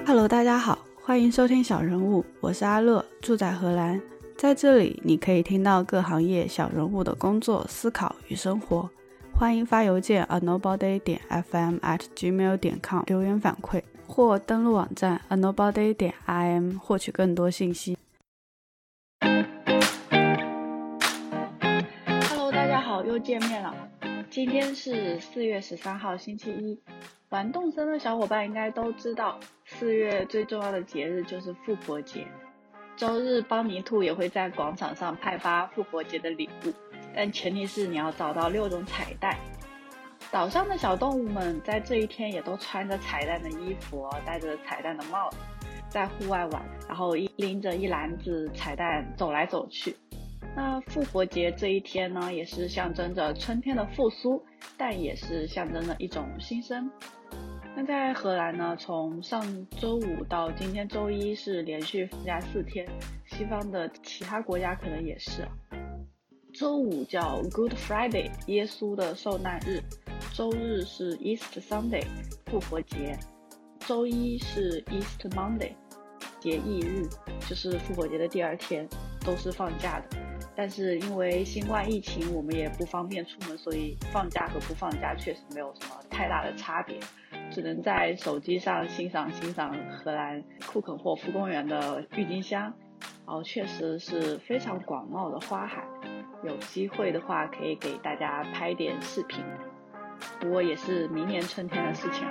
Hello， 大家好，欢迎收听小人物，我是阿乐，住在荷兰。在这里，你可以听到各行业小人物的工作、思考与生活。欢迎发邮件 anobody.fm@gmail.com 留言反馈，或登录网站 anobody.im 获取更多信息。Hello， 大家好，又见面了。今天是4月13号，星期一。玩动森的小伙伴应该都知道，4月最重要的节日就是复活节。周日邦尼兔也会在广场上派发复活节的礼物，但前提是你要找到6种彩蛋。岛上的小动物们在这一天也都穿着彩蛋的衣服，戴着彩蛋的帽子，在户外玩，然后拎着一篮子彩蛋走来走去。那复活节这一天呢，也是象征着春天的复苏，但也是象征着一种新生。那在荷兰呢，从上周五到今天周一是连续放假4天，西方的其他国家可能也是。周五叫 Good Friday， 耶稣的受难日；周日是 Easter Sunday， 复活节；周一是 Easter Monday， 节义日，就是复活节的第2天，都是放假的。但是因为新冠疫情，我们也不方便出门，所以放假和不放假确实没有什么太大的差别，只能在手机上欣赏荷兰库肯霍夫公园的郁金香，然后确实是非常广袤的花海，有机会的话可以给大家拍点视频，不过也是明年春天的事情了。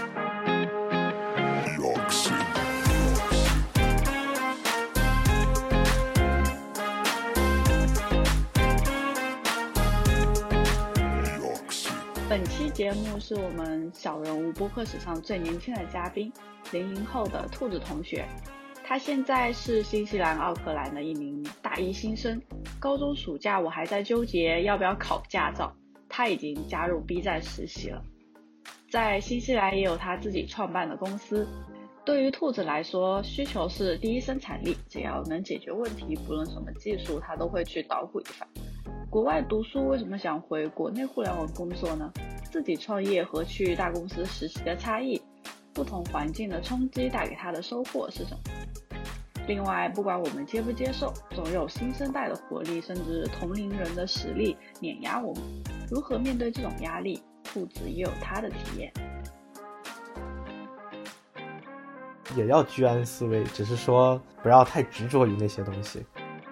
本期节目是我们小人物播客史上最年轻的嘉宾，00后的兔子同学。他现在是新西兰奥克兰的一名大一新生，高中暑假我还在纠结要不要考驾照，他已经加入 B 站实习了。在新西兰也有他自己创办的公司。对于兔子来说，需求是第一生产力，只要能解决问题，不论什么技术他都会去捣鼓一番。国外读书为什么想回国内互联网工作呢？自己创业和去大公司实习的差异，不同环境的冲击带给他的收获是什么？另外，不管我们接不接受，总有新生代的活力，甚至同龄人的实力碾压我们。如何面对这种压力？兔子也有他的体验。 也要居安思危，只是说不要太执着于那些东西。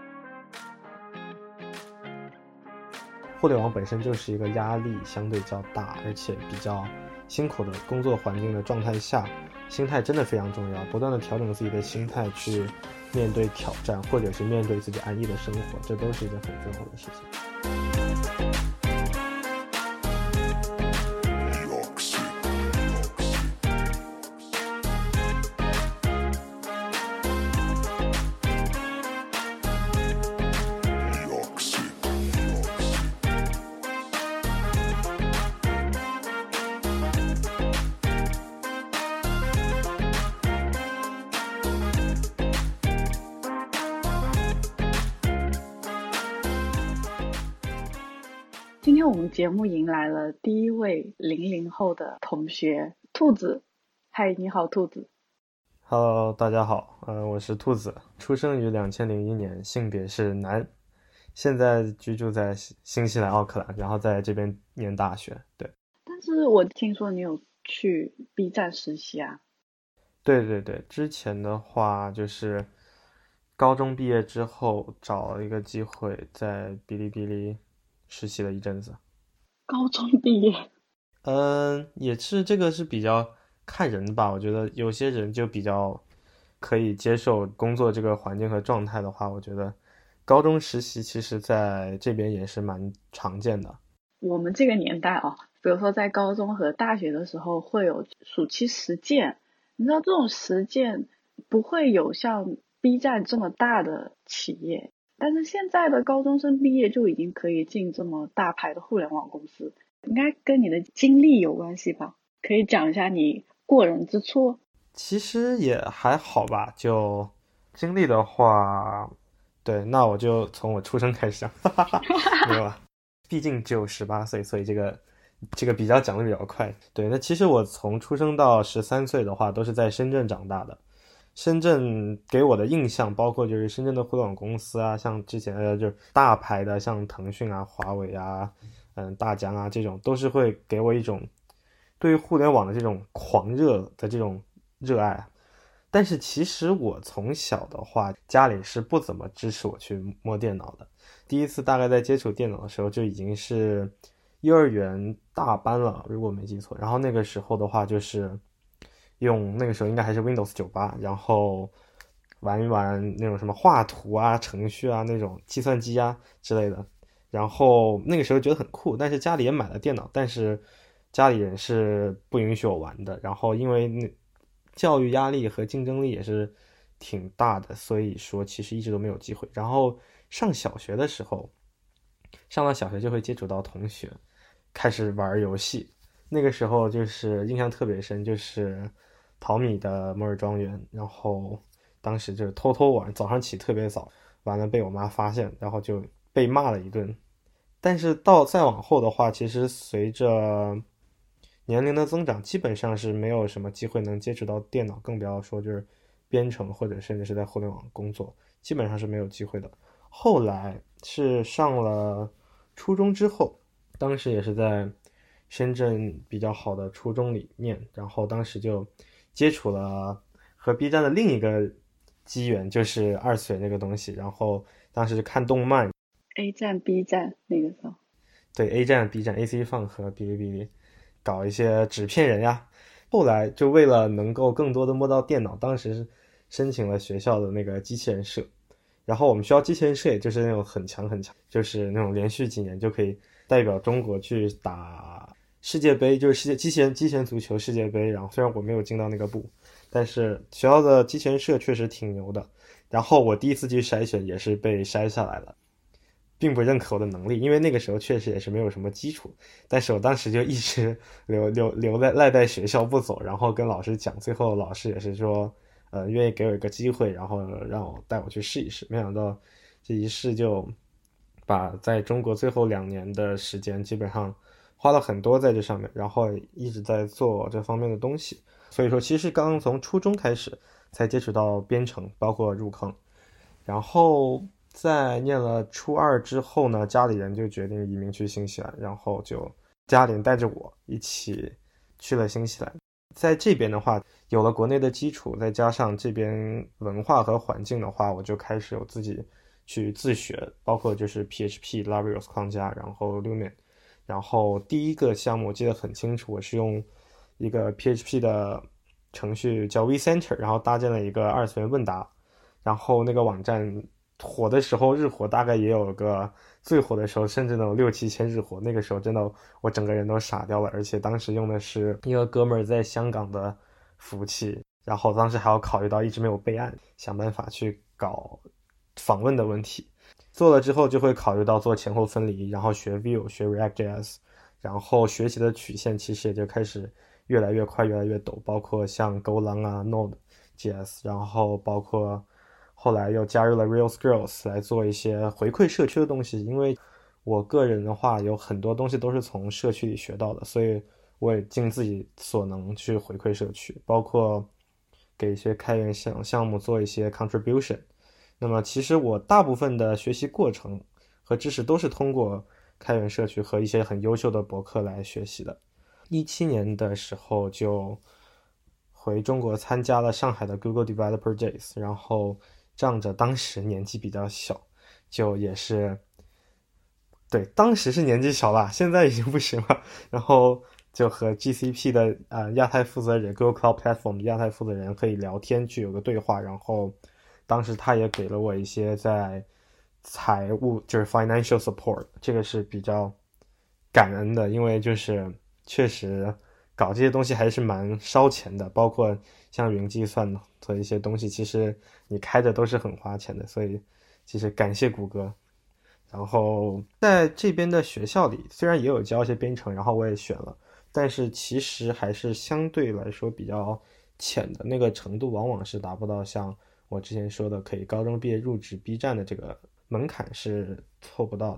互联网本身就是一个压力相对较大，而且比较辛苦的工作环境的状态下，心态真的非常重要，不断的调整自己的心态去面对挑战，或者是面对自己安逸的生活，这都是一件很重要的事情。 今天我们节目迎来了第一位00后的同学，兔子。嗨，你好，兔子。 Hello， 大家好，我是兔子，出生于2001年，性别是男，现在居住在新西兰奥克兰，然后在这边念大学。对。 但是我听说你有去 B 站实习啊？ 对对对，之前的话就是高中毕业之后找了一个机会在哔哩哔哩实习了一阵子。 高中毕业？ 也是，这个是比较看人吧，我觉得有些人就比较可以接受工作这个环境和状态的话，我觉得高中实习其实在这边也是蛮常见的。 我们这个年代比如说在高中和大学的时候会有暑期实践，你知道这种实践不会有像 B 站这么大的企业，但是现在的高中生毕业就已经可以进这么大牌的互联网公司，应该跟你的经历有关系吧？可以讲一下你过人之处？ 其实也还好吧，就经历的话，对，那我就从我出生开始讲。没有啊，毕竟只有18岁，所以这个这个比较讲的比较快。对，那其实我从出生到13岁的话，都是在深圳长大的。深圳给我的印象，包括就是深圳的互联网公司啊，像之前的就是大牌的，像腾讯啊、华为啊、大疆啊这种，都是会给我一种对于互联网的这种狂热的这种热爱。但是其实我从小的话，家里是不怎么支持我去摸电脑的。第一次大概在接触电脑的时候，就已经是幼儿园大班了，如果没记错。然后那个时候的话，就是用那个时候应该还是 Windows 98，然后玩一玩那种什么画图啊、程序啊、那种计算机啊之类的。然后那个时候觉得很酷，但是家里也买了电脑，但是家里人是不允许我玩的。然后因为教育压力和竞争力也是挺大的，所以说其实一直都没有机会。然后上小学的时候，上了小学就会接触到同学，开始玩游戏。那个时候就是印象特别深，就是淘米的摩尔庄园，然后当时就是偷偷玩，早上起特别早，完了被我妈发现，然后就被骂了一顿。但是到再往后的话，其实随着年龄的增长，基本上是没有什么机会能接触到电脑，更不要说就是编程或者甚至是在互联网工作，基本上是没有机会的。后来是上了初中之后，当时也是在深圳比较好的初中里面，然后当时就接触了和 B 站的另一个机缘，就是二次元这个东西。然后当时看动漫 A 站 B 站那个时候， 对 A 站 B 站 AC 放和哔哩哔哩搞一些纸片人呀。后来就为了能够更多的摸到电脑，当时是申请了学校的那个机器人社。然后我们学校机器人社也就是那种很强很强，就是那种连续几年就可以代表中国去打世界杯，就是机器人足球世界杯。然后虽然我没有进到那个部，但是学校的机器人社确实挺牛的。然后我第一次去筛选也是被筛下来了，并不认可我的能力，因为那个时候确实也是没有什么基础。但是我当时就一直赖在学校不走，然后跟老师讲，最后老师也是说愿意给我一个机会，然后让我带我去试一试。没想到这一试就把在中国最后2年的时间基本上花了很多在这上面，然后一直在做这方面的东西。所以说其实刚从初中开始才接触到编程，包括入坑。然后在念了初2之后呢，家里人就决定移民去新西兰，然后就家里人带着我一起去了新西兰。在这边的话，有了国内的基础，再加上这边文化和环境的话，我就开始有自己去自学，包括就是 PHP、Laravel 框架，然后 Lumen。然后第一个项目我记得很清楚，我是用一个 PHP 的程序叫 vCenter， 然后搭建了一个二次元问答。然后那个网站火的时候，日活大概也有个，最火的时候甚至能有6-7千日活。那个时候真的我整个人都傻掉了，而且当时用的是一个哥们儿在香港的服务器，然后当时还要考虑到一直没有备案，想办法去搞访问的问题。做了之后就会考虑到做前后分离，然后学 Vue 学 React.js， 然后学习的曲线其实也就开始越来越快越来越陡，包括像 Golang 啊 Node.js， 然后包括后来又加入了 Real Skills 来做一些回馈社区的东西。因为我个人的话有很多东西都是从社区里学到的，所以我也尽自己所能去回馈社区，包括给一些开源项目做一些 contribution。 那么其实我大部分的学习过程和知识都是通过开源社区和一些很优秀的博客来学习的。17年的时候就回中国参加了上海的 Google Developer Days， 然后仗着当时年纪比较小，就也是对，当时是年纪小了，现在已经不行了。然后就和 GCP 的亚太负责人 Google Cloud Platform 亚太负责人可以聊天，去有个对话。然后当时他也给了我一些在财务就是 financial support， 这个是比较感恩的，因为就是确实搞这些东西还是蛮烧钱的，包括像云计算和一些东西，其实你开着都是很花钱的，所以其实感谢谷歌。然后在这边的学校里虽然也有教一些编程，然后我也选了，但是其实还是相对来说比较浅的，那个程度往往是达不到像我之前说的可以高中毕业入职 B 站的这个门槛是凑不到的。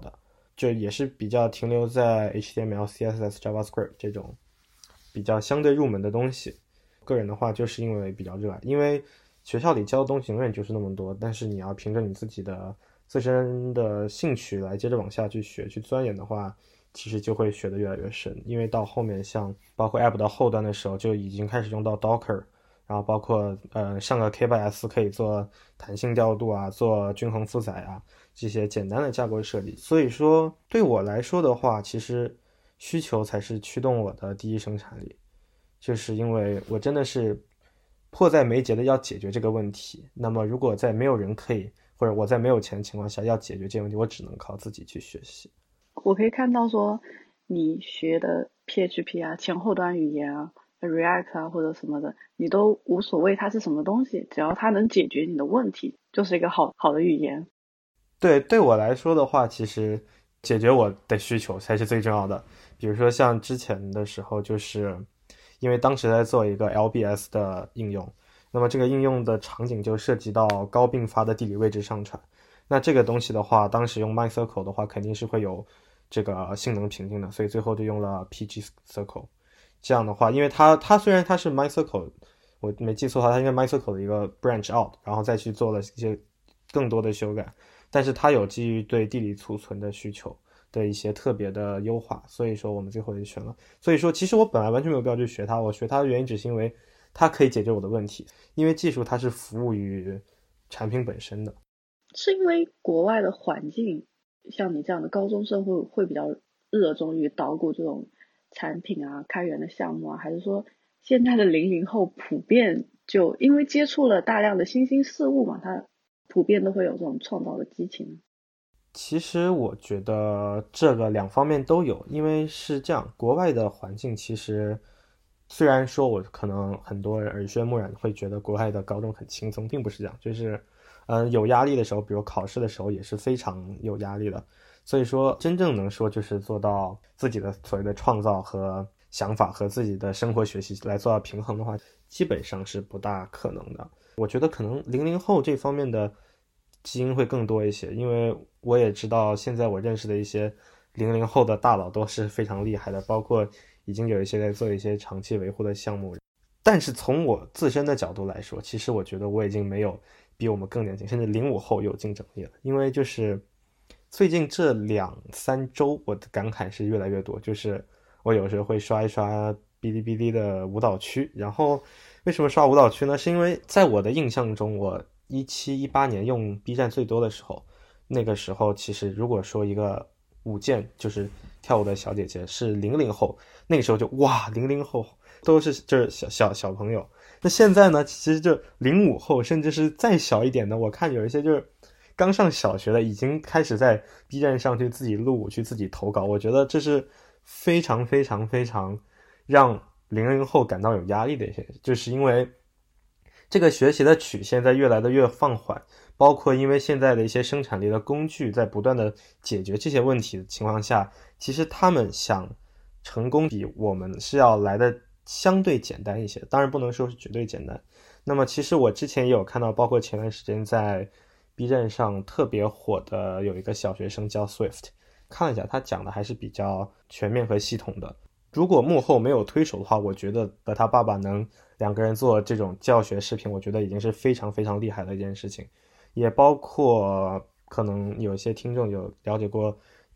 就也是比较停留在 HTML、CSS、JavaScript 这种比较相对入门的东西。个人的话就是因为比较热爱，因为学校里教的东西永远就是那么多，但是你要凭着你自己的自身的兴趣来接着往下去学去钻研的话，其实就会学得越来越深。因为到后面像包括 App 到后端的时候就已经开始用到 Docker， 然后包括上个 K8s 可以做弹性调度啊，做均衡负载啊，这些简单的架构设计。所以说对我来说的话，其实需求才是驱动我的第一生产力，就是因为我真的是迫在眉睫的要解决这个问题。那么如果在没有人可以，或者我在没有钱的情况下要解决这个问题，我只能靠自己去学习。 我可以看到说你学的 PHP 啊，前后端语言啊，React 啊或者什么的，你都无所谓它是什么东西，只要它能解决你的问题，就是一个好的语言。 对我来说的话，其实解决我的需求才是最重要的。比如说像之前的时候，就是因为当时在做一个 LBS 的应用，那么这个应用的场景就涉及到高并发的地理位置上传。那这个东西的话，当时用 MyCircle 的话，肯定是会有这个性能瓶颈的，所以最后就用了 PgCircle。这样的话，因为它虽然它是 MyCircle， 我没记错的话，它应该 MyCircle 的一个 branch out， 然后再去做了一些更多的修改，但是它有基于对地理储存的需求的一些特别的优化，所以说我们最后就选了。所以说其实我本来完全没有必要去学它，我学它的原因只是因为它可以解决我的问题，因为技术它是服务于产品本身的。 是因为国外的环境，像你这样的高中生会比较热衷于捣鼓这种产品啊、开源的项目啊，还是说现在的00后普遍就因为接触了大量的新兴事物嘛，他普遍都会有这种创造的激情？ 其实我觉得这个两方面都有，因为是这样，国外的环境其实虽然说我可能很多人耳濡目染会觉得国外的高中很轻松，并不是这样，就是有压力的时候，比如考试的时候也是非常有压力的。所以说真正能说就是做到自己的所谓的创造和想法和自己的生活学习来做到平衡的话，基本上是不大可能的。我觉得可能00后这方面的基因会更多一些，因为我也知道现在我认识的一些00后的大佬都是非常厉害的，包括已经有一些在做一些长期维护的项目。但是从我自身的角度来说，其实我觉得我已经没有比我们更年轻，甚至05后有竞争力了。因为就是最近这2-3周，我的感慨是越来越多。就是我有时候会刷一刷哔哩哔哩的舞蹈区，然后为什么刷舞蹈区呢？是因为在我的印象中，我17、18年用 B 站最多的时候，那个时候其实如果说一个舞剑就是跳舞的小姐姐是00后，那个时候就哇，00后都是就是小朋友。那现在呢，其实就05后，甚至是再小一点的，我看有一些就是刚上小学的，已经开始在 B 站上去自己录舞，去自己投稿。我觉得这是非常非常非常让00后感到有压力的一些，就是因为这个学习的曲线在越来的越放缓，包括因为现在的一些生产力的工具在不断的解决这些问题的情况下，其实他们想成功比我们是要来的相对简单一些，当然不能说是绝对简单。那么其实我之前也有看到，包括前段时间在 B 站上特别火的有一个小学生叫 Swift， 看了一下，他讲的还是比较全面和系统的。如果幕后没有推手的话，我觉得和他爸爸能两个人做这种教学视频，我觉得已经是非常非常厉害的一件事情。也包括可能有些听众有了解过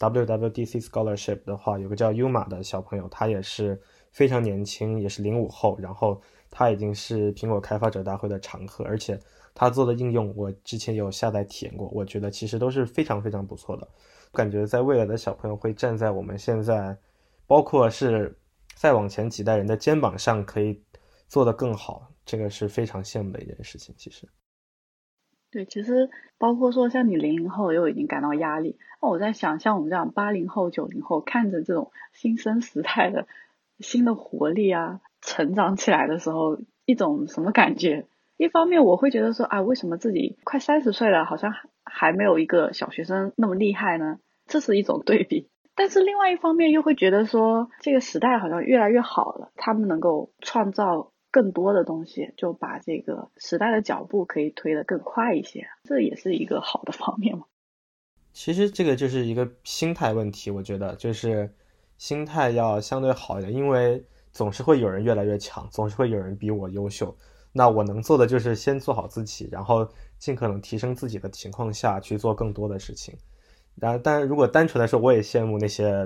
WWDC Scholarship 的话，有个叫 Yuma 的小朋友，他也是非常年轻，也是05后，然后他已经是苹果开发者大会的常客，而且他做的应用我之前有下载体验过，我觉得其实都是非常非常不错的。感觉在未来的小朋友会站在我们现在包括是再往前几代人的肩膀上可以做得更好，这个是非常羡慕的一件事情。其实对，其实包括说像你00后又已经感到压力，那我在想，像我们这样80后、90后，看着这种新生时代的新的活力啊，成长起来的时候，一种什么感觉？一方面我会觉得说啊，为什么自己快30岁了，好像还没有一个小学生那么厉害呢？这是一种对比。但是另外一方面又会觉得说，这个时代好像越来越好了，他们能够创造更多的东西，就把这个时代的脚步可以推得更快一些，这也是一个好的方面嘛。 其实这个就是一个心态问题，我觉得就是心态要相对好一点，因为总是会有人越来越强，总是会有人比我优秀。那我能做的就是先做好自己，然后尽可能提升自己的情况下去做更多的事情。但如果单纯的说，我也羡慕那些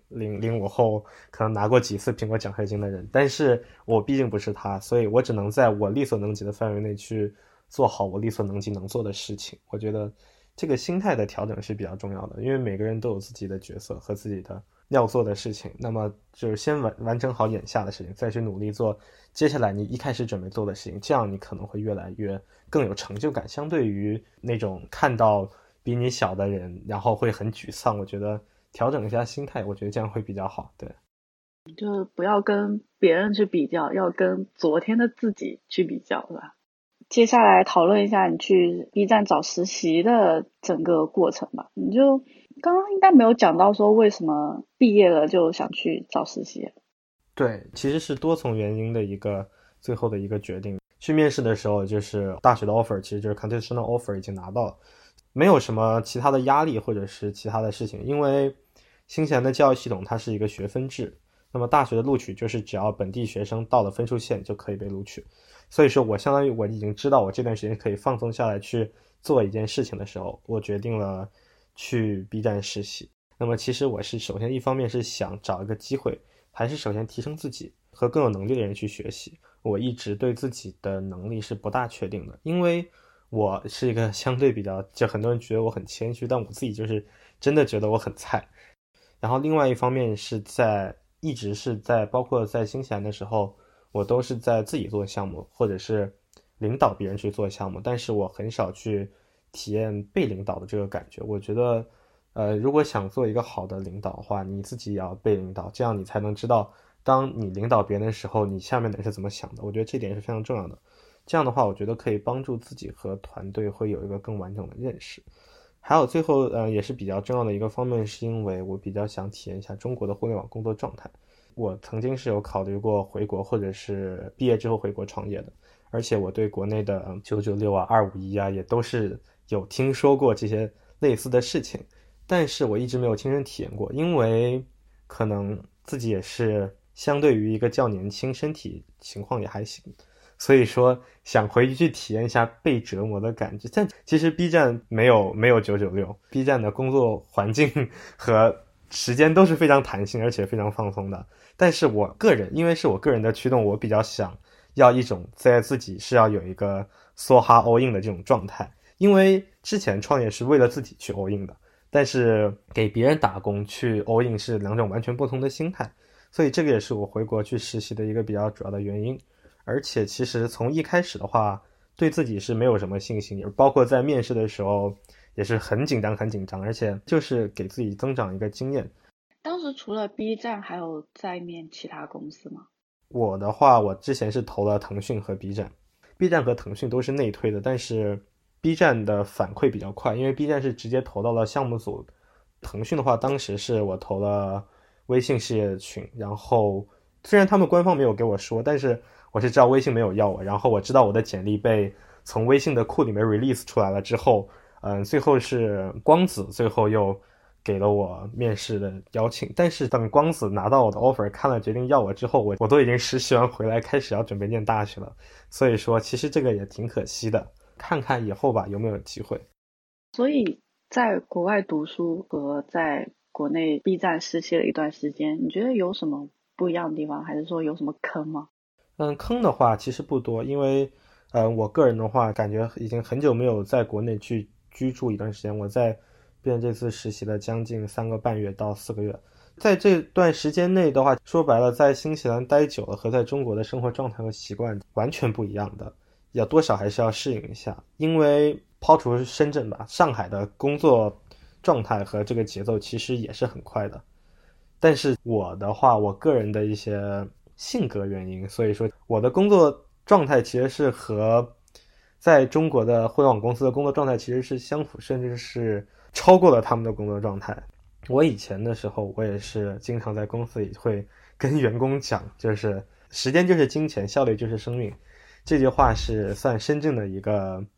05后可能拿过几次苹果奖学金的人，但是我毕竟不是他，所以我只能在我力所能及的范围内去做好我力所能及能做的事情。我觉得这个心态的调整是比较重要的，因为每个人都有自己的角色和自己的要做的事情，那么就是先完成好眼下的事情，再去努力做接下来你一开始准备做的事情，这样你可能会越来越更有成就感，相对于那种看到比你小的人然后会很沮丧，我觉得调整一下心态，我觉得这样会比较好。对， 就是不要跟别人去比较，要跟昨天的自己去比较，是吧？接下来讨论一下你去 B 站找实习的整个过程吧。你就刚刚应该没有讲到说为什么毕业了就想去找实习。 对，其实是多重原因的最后的一个决定。去面试的时候，就是大学的 offer， 其实就是 conditional offer 已经拿到了，没有什么其他的压力或者是其他的事情，因为新西兰的教育系统它是一个学分制，那么大学的录取就是只要本地学生到了分数线就可以被录取，所以说我相当于我已经知道我这段时间可以放松下来去做一件事情的时候，我决定了去 B 站实习。那么其实我是首先一方面是想找一个机会，还是首先提升自己和更有能力的人去学习。我一直对自己的能力是不大确定的，因为我是一个相对比较，就很多人觉得我很谦虚，但我自己就是真的觉得我很菜。然后另外一方面是一直是在包括在新西兰的时候，我都是在自己做项目，或者是领导别人去做项目，但是我很少去体验被领导的这个感觉。我觉得如果想做一个好的领导的话，你自己也要被领导，这样你才能知道当你领导别人的时候，你下面的人是怎么想的。我觉得这点是非常重要的，这样的话我觉得可以帮助自己和团队会有一个更完整的认识。还有最后也是比较重要的一个方面，是因为我比较想体验一下中国的互联网工作状态。我曾经是有考虑过回国，或者是毕业之后回国创业的，而且我对国内的996啊、251啊也都是有听说过这些类似的事情，但是我一直没有亲身体验过，因为可能自己也是相对于一个较年轻，身体情况也还行，所以说想回去体验一下被折磨的感觉。但其实 B 站没有996， B 站的工作环境和时间都是非常弹性而且非常放松的。但是我个人因为是我个人的驱动，我比较想要一种在自己是要有一个梭哈 all in 的这种状态，因为之前创业是为了自己去 all in 的，但是给别人打工去 all in 是两种完全不同的心态，所以这个也是我回国去实习的一个比较主要的原因。而且其实从一开始的话，对自己是没有什么信心，也包括在面试的时候也是很紧张，而且就是给自己增长一个经验。 当时除了 B 站还有在面其他公司吗？ 我的话，我之前是投了腾讯和 B 站， B 站和腾讯都是内推的，但是 B 站的反馈比较快，因为 B 站是直接投到了项目组，腾讯的话当时是我投了微信事业群，然后虽然他们官方没有给我说，但是我是知道微信没有要我，然后我知道我的简历被从微信的库里面 release 出来了之后，最后是光子最后又给了我面试的邀请，但是等光子拿到我的 offer 看了决定要我之后，我都已经实习完回来开始要准备念大学了，所以说其实这个也挺可惜的，看看以后吧有没有机会。 所以在国外读书和在国内 B 站实习了一段时间，你觉得有什么不一样的地方，还是说有什么坑吗？ 坑的话其实不多，因为我个人的话感觉已经很久没有在国内去居住一段时间，我在便这次实习了将近3个半月到4个月，在这段时间内的话，说白了在新西兰待久了和在中国的生活状态和习惯完全不一样的，要多少还是要适应一下。因为抛除深圳吧，上海的工作状态和这个节奏其实也是很快的，但是我的话我个人的一些性格原因，所以说我的工作状态其实是和在中国的互联网公司的工作状态其实是相符，甚至是超过了他们的工作状态。我以前的时候我也是经常在公司里会跟员工讲，就是时间就是金钱，效率就是生命，这句话是算深圳的一个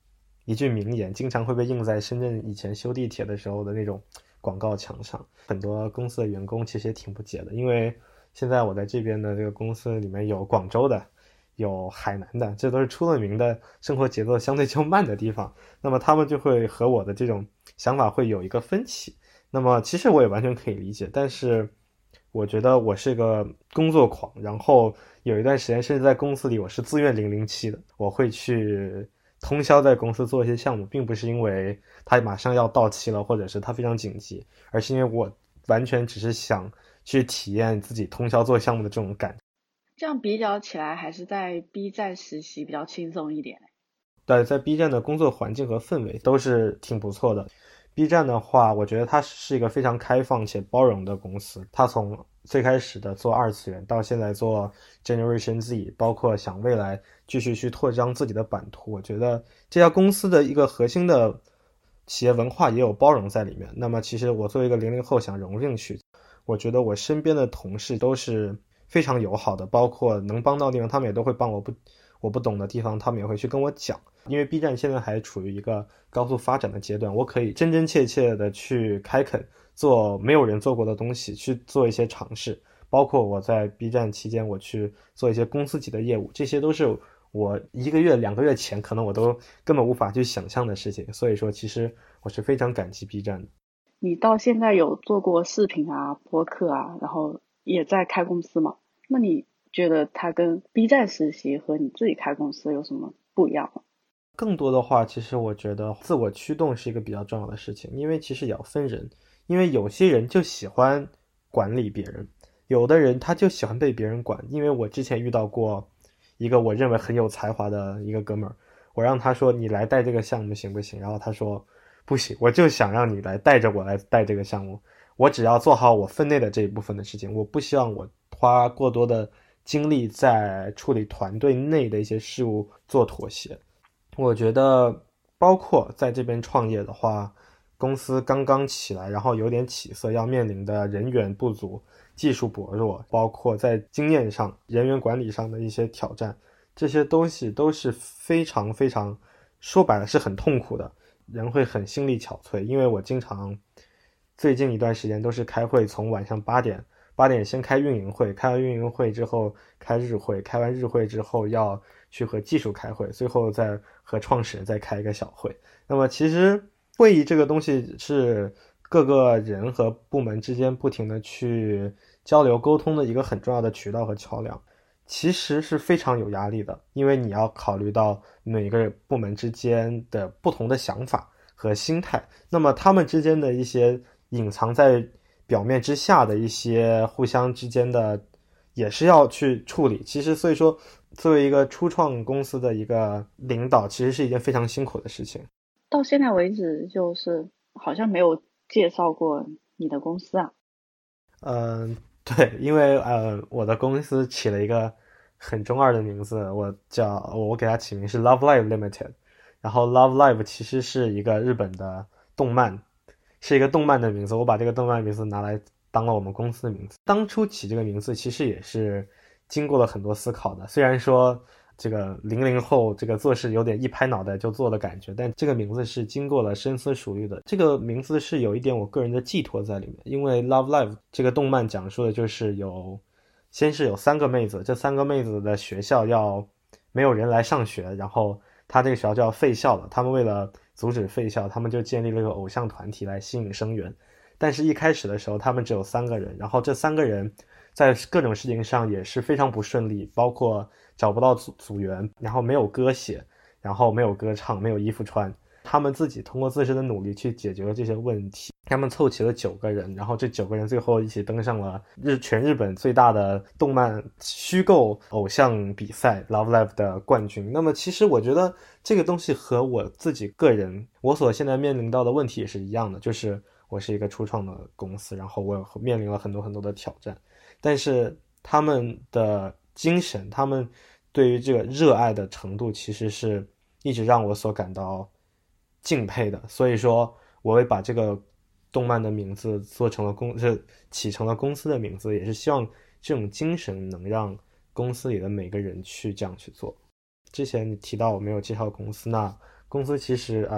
一句名言，经常会被印在深圳以前修地铁的时候的那种广告墙上。很多公司的员工其实也挺不解的，因为现在我在这边的这个公司里面有广州的，有海南的，这都是出了名的生活节奏相对较慢的地方，那么他们就会和我的这种想法会有一个分歧。那么其实我也完全可以理解，但是我觉得我是个工作狂，然后有一段时间甚至在公司里我是自愿007的，我会去通宵在公司做一些项目，并不是因为它马上要到期了，或者是它非常紧急，而是因为我完全只是想去体验自己通宵做项目的这种感觉。 这样比较起来，还是在 B 站实习比较轻松一点。 对，在 B 站的工作环境和氛围都是挺不错的。B 站的话，我觉得它是一个非常开放且包容的公司。它从最开始的做二次元，到现在做 Generation Z， 包括想未来继续去扩张自己的版图，我觉得这家公司的一个核心的企业文化也有包容在里面。那么其实我作为一个00后想融进去，我觉得我身边的同事都是非常友好的，包括能帮到地方他们也都会帮我不懂的地方他们也会去跟我讲。因为 B 站现在还处于一个高速发展的阶段，我可以真真切切的去开垦，做没有人做过的东西，去做一些尝试。包括我在 B 站期间我去做一些公司级的业务，这些都是我1个月2个月前可能我都根本无法去想象的事情。所以说其实我是非常感激 B 站的。 你到现在有做过视频啊、播客啊，然后也在开公司吗？那你觉得它跟 B 站实习和你自己开公司有什么不一样吗？ 更多的话，其实我觉得自我驱动是一个比较重要的事情，因为其实也要分人。因为有些人就喜欢管理别人，有的人他就喜欢被别人管。因为我之前遇到过一个我认为很有才华的一个哥们儿，我让他说你来带这个项目行不行，然后他说不行，我就想让你来带着我来带这个项目，我只要做好我分内的这一部分的事情，我不希望我花过多的精力在处理团队内的一些事务做妥协。我觉得包括在这边创业的话，公司刚刚起来，然后有点起色，要面临的人员不足、技术薄弱，包括在经验上、人员管理上的一些挑战，这些东西都是非常非常，说白了是很痛苦的，人会很心力憔悴。因为我经常最近一段时间都是开会，从晚上8点先开运营会，开完运营会之后开日会，开完日会之后要去和技术开会，最后再和创始人再开一个小会。那么其实会议这个东西是各个人和部门之间不停的去交流沟通的一个很重要的渠道和桥梁，其实是非常有压力的。因为你要考虑到每个部门之间的不同的想法和心态，那么他们之间的一些隐藏在表面之下的一些互相之间的也是要去处理。其实所以说作为一个初创公司的一个领导，其实是一件非常辛苦的事情。 到现在为止，就是好像没有介绍过你的公司啊。 对，因为我的公司起了一个很中二的名字，我给它起名是 Love Live Limited， 然后 Love Live 其实是一个日本的动漫，是一个动漫的名字，我把这个动漫名字拿来当了我们公司的名字。当初起这个名字其实也是经过了很多思考的，虽然说这个00后这个做事有点一拍脑袋就做的感觉，但这个名字是经过了深思熟虑的。这个名字是有一点我个人的寄托在里面，因为 Love Live 这个动漫讲述的就是先是有3个妹子，这3个妹子的学校要没有人来上学，然后他这个学校就要废校了，他们为了阻止废校，他们就建立了一个偶像团体来吸引生源。但是一开始的时候他们只有3个人，然后这3个人在各种事情上也是非常不顺利，包括找不到组员，然后没有歌写，然后没有歌唱，没有衣服穿。他们自己通过自身的努力去解决了这些问题，他们凑齐了9个人，然后这9个人最后一起登上了全日本最大的动漫虚构偶像比赛 Love Live 的冠军。那么其实我觉得这个东西和我自己个人我所现在面临到的问题也是一样的，就是我是一个初创的公司，然后我面临了很多很多的挑战，但是他们的精神，他们对于这个热爱的程度其实是一直让我所感到敬佩的。所以说我会把这个动漫的名字起成了公司的名字，也是希望这种精神能让公司里的每个人去这样去做。之前你提到我没有介绍公司，那公司其实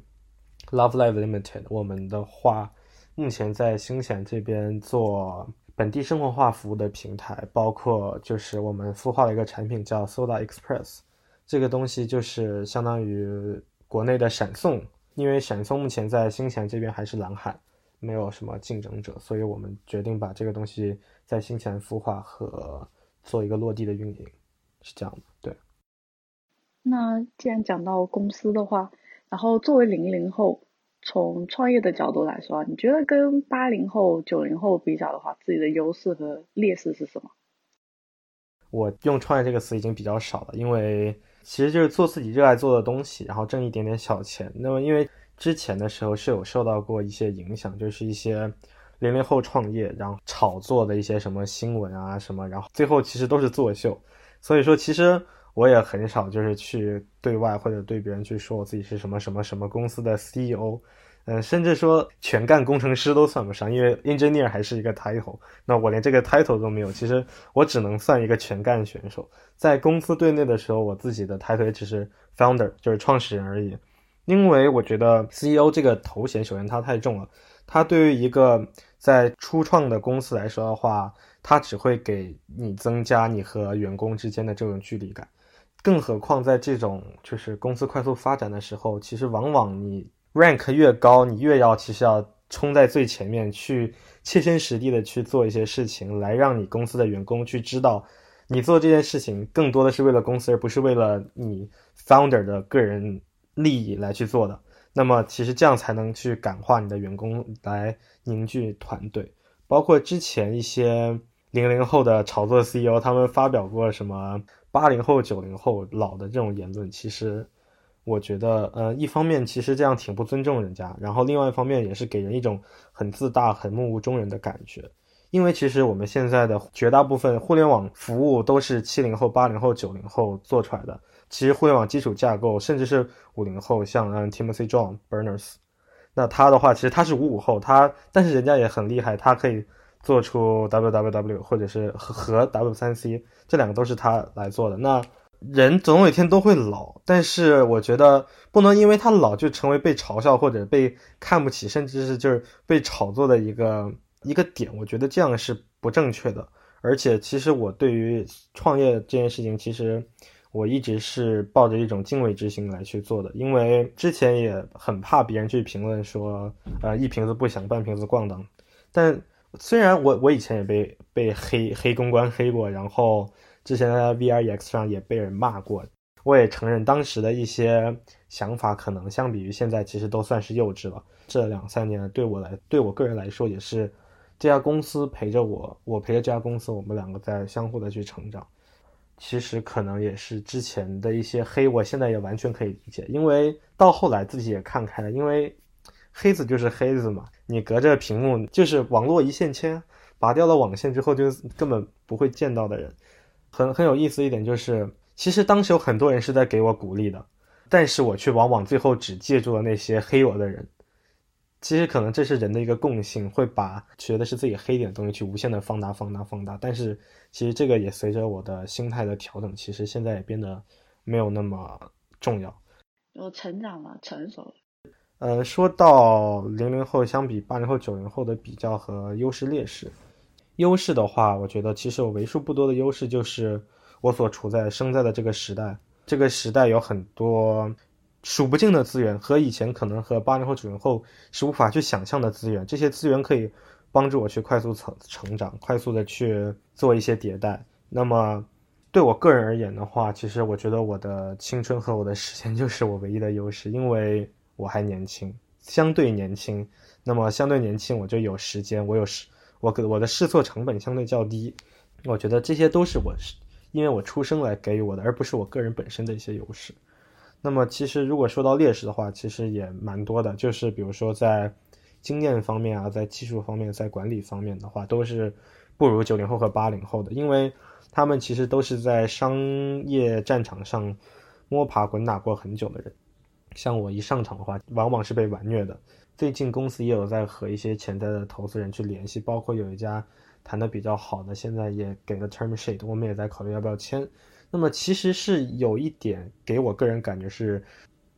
Love Life Limited 我们的话目前在新西兰这边做本地生活化服务的平台，包括就是我们孵化了一个产品叫 Soda Express， 这个东西就是相当于国内的闪送，因为闪送目前在新西兰这边还是蓝海，没有什么竞争者，所以我们决定把这个东西在新西兰孵化和做一个落地的运营，是这样的。对。 那既然讲到公司的话，然后作为00后，从创业的角度来说，你觉得跟80后、90后比较的话，自己的优势和劣势是什么？ 我用创业这个词已经比较少了，因为其实就是做自己热爱做的东西，然后挣一点点小钱。那么因为之前的时候是有受到过一些影响，就是一些00后创业然后炒作的一些什么新闻啊什么，然后最后其实都是作秀。所以说其实我也很少就是去对外或者对别人去说我自己是什么什么什么公司的 CEO，甚至说全干工程师都算不上，因为 engineer 还是一个 title， 那我连这个 title 都没有，其实我只能算一个全干选手。在公司对内的时候，我自己的 title 也只是 founder， 就是创始人而已。因为我觉得 CEO 这个头衔首先它太重了，它对于一个在初创的公司来说的话，它只会给你增加你和员工之间的这种距离感，更何况在这种就是公司快速发展的时候，其实往往你 rank 越高，你越要其实要冲在最前面去切身实地的去做一些事情，来让你公司的员工去知道你做这件事情更多的是为了公司，而不是为了你 founder 的个人利益来去做的。那么其实这样才能去感化你的员工，来凝聚团队。包括之前一些00后的炒作 CEO， 他们发表过什么80后、90后老的这种言论，其实我觉得一方面其实这样挺不尊重人家，然后另外一方面也是给人一种很自大、很目无中人的感觉。因为其实我们现在的绝大部分互联网服务都是70后、80后、90后做出来的，其实互联网基础架构甚至是50后，像Timothy John Berners， 那他的话其实他是55后，但是人家也很厉害，他可以做出 www 或者是和 W3C， 这两个都是他来做的。那人总有一天都会老，但是我觉得不能因为他老就成为被嘲笑或者被看不起，甚至是就是被炒作的一个点，我觉得这样是不正确的。而且其实我对于创业这件事情，其实我一直是抱着一种敬畏之心来去做的，因为之前也很怕别人去评论说一瓶子不响半瓶子咣当。但虽然我以前也被黑公关黑过，然后之前在 VREX 上也被人骂过，我也承认当时的一些想法可能相比于现在其实都算是幼稚了。这2-3年对我个人来说也是这家公司陪着我陪着这家公司，我们两个在相互的去成长。其实可能也是之前的一些黑，我现在也完全可以理解，因为到后来自己也看开了，因为黑子就是黑子嘛，你隔着屏幕就是网络一线牵，拔掉了网线之后就根本不会见到的人。很有意思一点就是，其实当时有很多人是在给我鼓励的，但是我却往往最后只借助了那些黑我的人。其实可能这是人的一个共性，会把觉得是自己黑点的东西去无限的放大，但是其实这个也随着我的心态的调整，其实现在也变得没有那么重要。 我成长了，成熟了。 说到00后相比80后、90后的比较和优势劣势，优势的话，我觉得其实我为数不多的优势就是我所生在的这个时代，这个时代有很多数不尽的资源，和以前可能和80后、90后是无法去想象的资源，这些资源可以帮助我去快速成长，快速的去做一些迭代。那么对我个人而言的话，其实我觉得我的青春和我的时间就是我唯一的优势，因为我还年轻，相对年轻，那么相对年轻我就有时间，我的试错成本相对较低，我觉得这些都是因为我出生来给予我的，而不是我个人本身的一些优势。那么其实如果说到劣势的话，其实也蛮多的，就是比如说在经验方面啊，在技术方面，在管理方面的话，都是不如90后和80后的，因为他们其实都是在商业战场上摸爬滚打过很久的人。像我一上场的话，往往是被完虐的。最近公司也有在和一些潜在的投资人去联系，包括有一家谈得比较好的，现在也给了 term sheet， 我们也在考虑要不要签。那么其实是有一点给我个人感觉是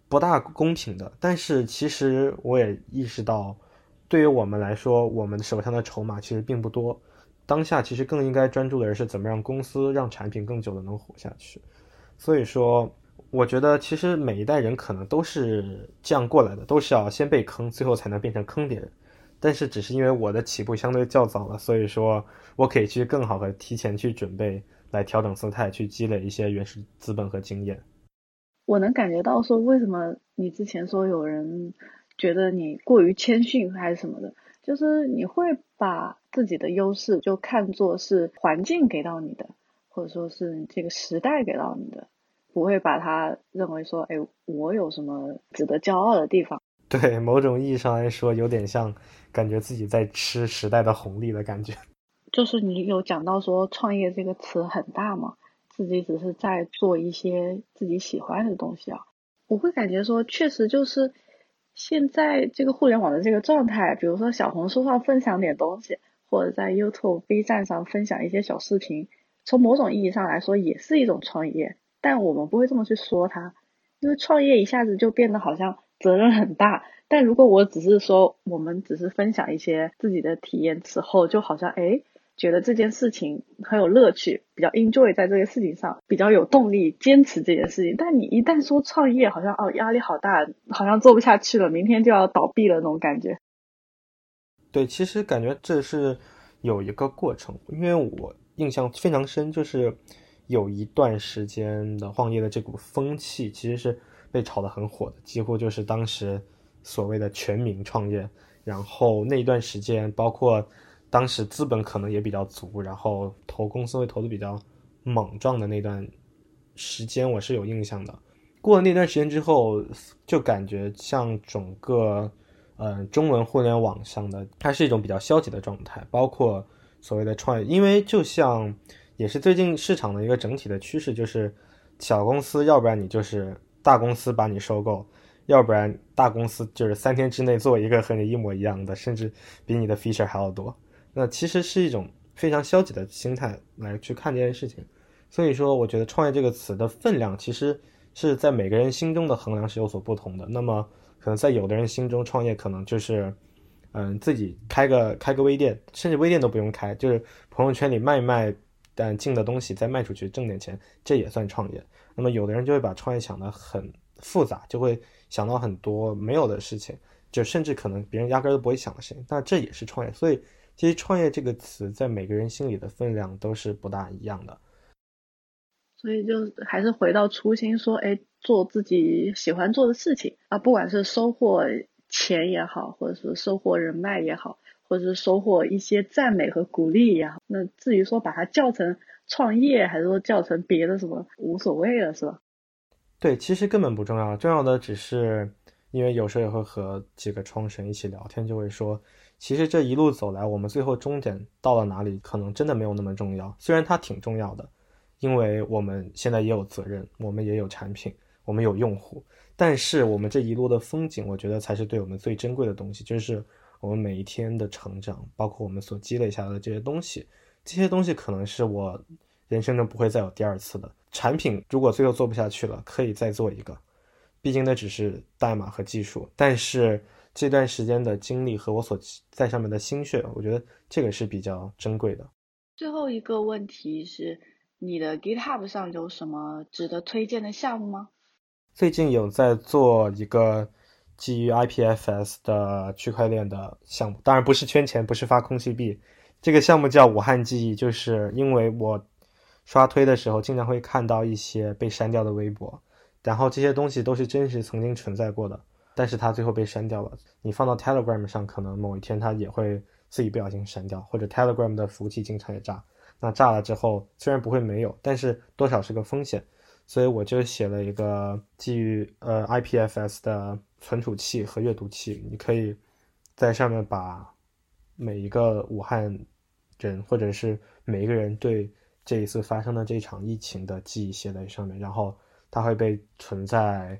不大公平的。但是其实我也意识到，对于我们来说，我们手上的筹码其实并不多，当下其实更应该专注的是怎么让公司让产品更久的能活下去。所以说我觉得其实每一代人可能都是这样过来的，都是要先被坑，最后才能变成坑别人。但是只是因为我的起步相对较早了，所以说我可以去更好的提前去准备，来调整姿态，去积累一些原始资本和经验。 我能感觉到说，为什么你之前说有人觉得你过于谦逊还是什么的，就是你会把自己的优势就看作是环境给到你的，或者说是这个时代给到你的，不会把它认为说，哎，我有什么值得骄傲的地方。 对，某种意义上来说，有点像感觉自己在吃时代的红利的感觉。 就是你有讲到说创业这个词很大嘛，自己只是在做一些自己喜欢的东西啊。我会感觉说，确实就是现在这个互联网的这个状态，比如说小红书上分享点东西，或者在 YouTube、B 站上分享一些小视频，从某种意义上来说也是一种创业，但我们不会这么去说它，因为创业一下子就变得好像责任很大。但如果我只是说我们只是分享一些自己的体验之后，就好像觉得这件事情很有乐趣，比较 enjoy 在这个事情上，比较有动力坚持这件事情。但你一旦说创业，好像压力好大，好像做不下去了，明天就要倒闭了那种感觉。 对，其实感觉这是有一个过程，因为我印象非常深，就是有一段时间的创业的这股风气其实是被炒得很火的，几乎就是当时所谓的全民创业。然后那一段时间包括当时资本可能也比较足，然后投公司会投的比较猛撞的那段时间我是有印象的。过了那段时间之后，就感觉像整个中文互联网上的它是一种比较消极的状态，包括所谓的创业。因为就像也是最近市场的一个整体的趋势，就是小公司要不然你就是大公司把你收购，要不然大公司就是3天之内做一个和你一模一样的，甚至比你的 feature 还要多。那其实是一种非常消极的心态来去看这件事情。所以说我觉得创业这个词的分量其实是在每个人心中的衡量是有所不同的。那么可能在有的人心中，创业可能就是自己开个微店，甚至微店都不用开，就是朋友圈里卖一卖进的东西再卖出去挣点钱，这也算创业。那么有的人就会把创业想得很复杂，就会想到很多没有的事情，就甚至可能别人压根都不会想的事情，但这也是创业。所以其实创业这个词在每个人心里的分量都是不大一样的。 所以就还是回到初心说，做自己喜欢做的事情啊，不管是收获钱也好，或者是收获人脉也好，或者是收获一些赞美和鼓励也好，那至于说把它叫成创业还是说叫成别的什么，无所谓了，是吧？ 对，其实根本不重要，重要的只是因为有时候也会和几个创始人一起聊天，就会说其实这一路走来，我们最后终点到了哪里可能真的没有那么重要，虽然它挺重要的，因为我们现在也有责任，我们也有产品，我们有用户，但是我们这一路的风景，我觉得才是对我们最珍贵的东西，就是我们每一天的成长，包括我们所积累下来的这些东西。这些东西可能是我人生中不会再有第二次的。产品如果最后做不下去了，可以再做一个，毕竟那只是代码和技术，但是这段时间的经历和我所在上面的心血，我觉得这个是比较珍贵的。 最后一个问题是，你的 GitHub 上有什么值得推荐的项目吗？ 最近有在做一个基于 IPFS 的区块链的项目，当然不是圈钱，不是发空气币，这个项目叫武汉记忆，就是因为我刷推的时候经常会看到一些被删掉的微博，然后这些东西都是真实曾经存在过的，但是它最后被删掉了。你放到 Telegram 上，可能某一天它也会自己不小心删掉，或者 Telegram 的服务器经常也炸。那炸了之后，虽然不会没有，但是多少是个风险。所以我就写了一个基于IPFS 的存储器和阅读器，你可以在上面把每一个武汉人或者是每一个人对这一次发生的这场疫情的记忆写在上面，然后它会被存在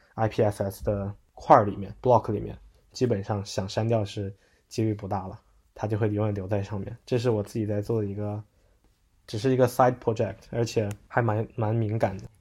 IPFS 的块里面 block 里面，基本上想删掉是几率不大了，它就会永远留在上面。这是我自己在做的一个只是一个 side project， 而且还蛮敏感的。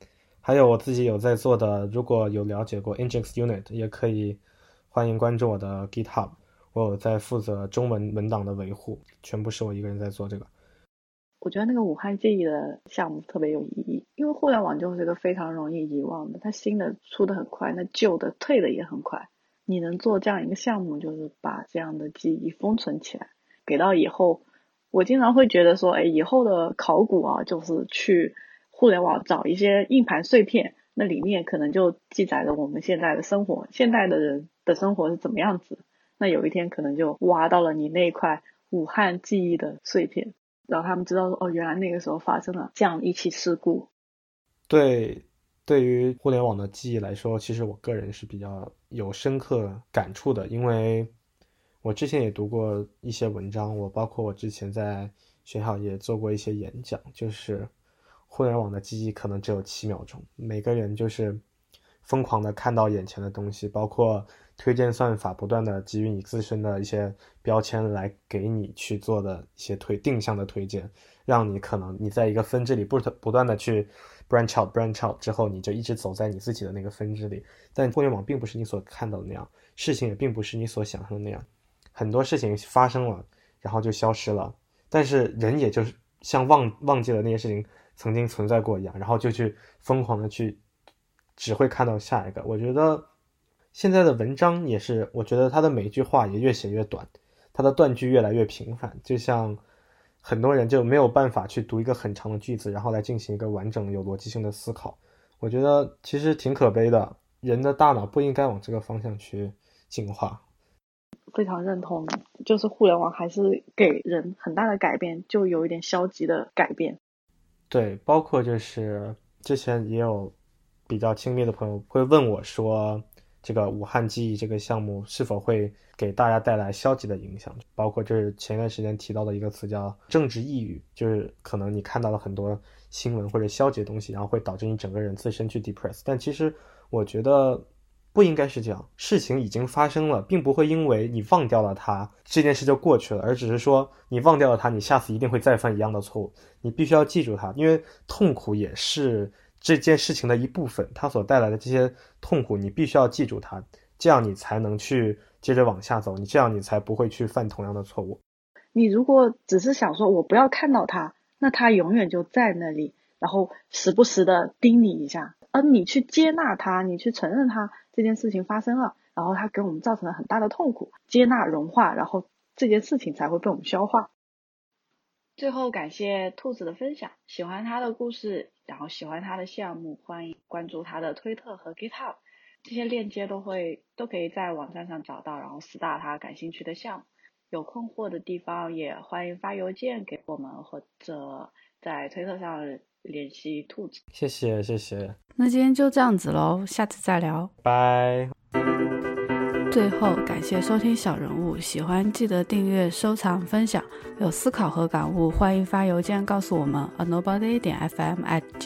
还有我自己有在做的，如果有了解过 Nginx Unit， 也可以欢迎关注我的 GitHub， 我有在负责中文文档的维护，全部是我一个人在做这个。 我觉得那个武汉记忆的项目特别有意义，因为互联网就是一个非常容易遗忘的，它新的出的很快，那旧的退的也很快。你能做这样一个项目，就是把这样的记忆封存起来，给到以后。我经常会觉得说，以后的考古啊，就是去互联网找一些硬盘碎片，那里面可能就记载了我们现在的生活，现代的人的生活是怎么样子。那有一天可能就挖到了你那块武汉记忆的碎片，然后他们知道说，原来那个时候发生了这样一起事故。 对于互联网的记忆来说，其实我个人是比较有深刻感触的，因为我之前也读过一些文章，包括我之前在学校也做过一些演讲，就是互联网的记忆可能只有7秒钟，每个人就是疯狂的看到眼前的东西，包括推荐算法不断的给予你自身的一些标签来给你去做的一些定向的推荐，让你可能你在一个分支里不断的去branch out 之后，你就一直走在你自己的那个分支里。但互联网并不是你所看到的那样，事情也并不是你所想象的那样，很多事情发生了然后就消失了，但是人也就是像忘记了那些事情曾经存在过一样，然后就去疯狂的去只会看到下一个。我觉得现在的文章也是，我觉得他的每一句话也越写越短，他的断句越来越频繁，就像很多人就没有办法去读一个很长的句子，然后来进行一个完整有逻辑性的思考。我觉得其实挺可悲的，人的大脑不应该往这个方向去进化。 非常认同，就是互联网还是给人很大的改变，就有一点消极的改变。 对，包括就是之前也有比较亲密的朋友会问我说，这个武汉记忆这个项目是否会给大家带来消极的影响，包括就是前一段时间提到的一个词叫政治抑郁，就是可能你看到了很多新闻或者消极的东西，然后会导致你整个人自身去 depress。 但其实我觉得不应该是这样，事情已经发生了，并不会因为你忘掉了它这件事就过去了，而只是说你忘掉了它，你下次一定会再犯一样的错误，你必须要记住它，因为痛苦也是这件事情的一部分，它所带来的这些痛苦你必须要记住它，这样你才能去接着往下走，这样你才不会去犯同样的错误。 你如果只是想说我不要看到它，那它永远就在那里，然后时不时的盯你一下，而你去接纳它，你去承认它这件事情发生了，然后它给我们造成了很大的痛苦，接纳融化，然后这件事情才会被我们消化。最后感谢兔子的分享，喜欢他的故事，然后喜欢他的项目，欢迎关注他的推特和 GitHub， 这些链接都可以在网站上找到，然后start他感兴趣的项目。有困惑的地方也欢迎发邮件给我们，或者在推特上联系兔子。 谢谢。 那今天就这样子咯，下次再聊， 拜。 最后感谢收听小人物，喜欢记得订阅、收藏、分享，有思考和感悟欢迎发邮件告诉我们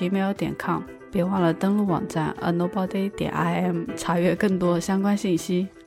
anobody.fm@gmail.com， 别忘了登录网站 anobody.im 查阅更多相关信息。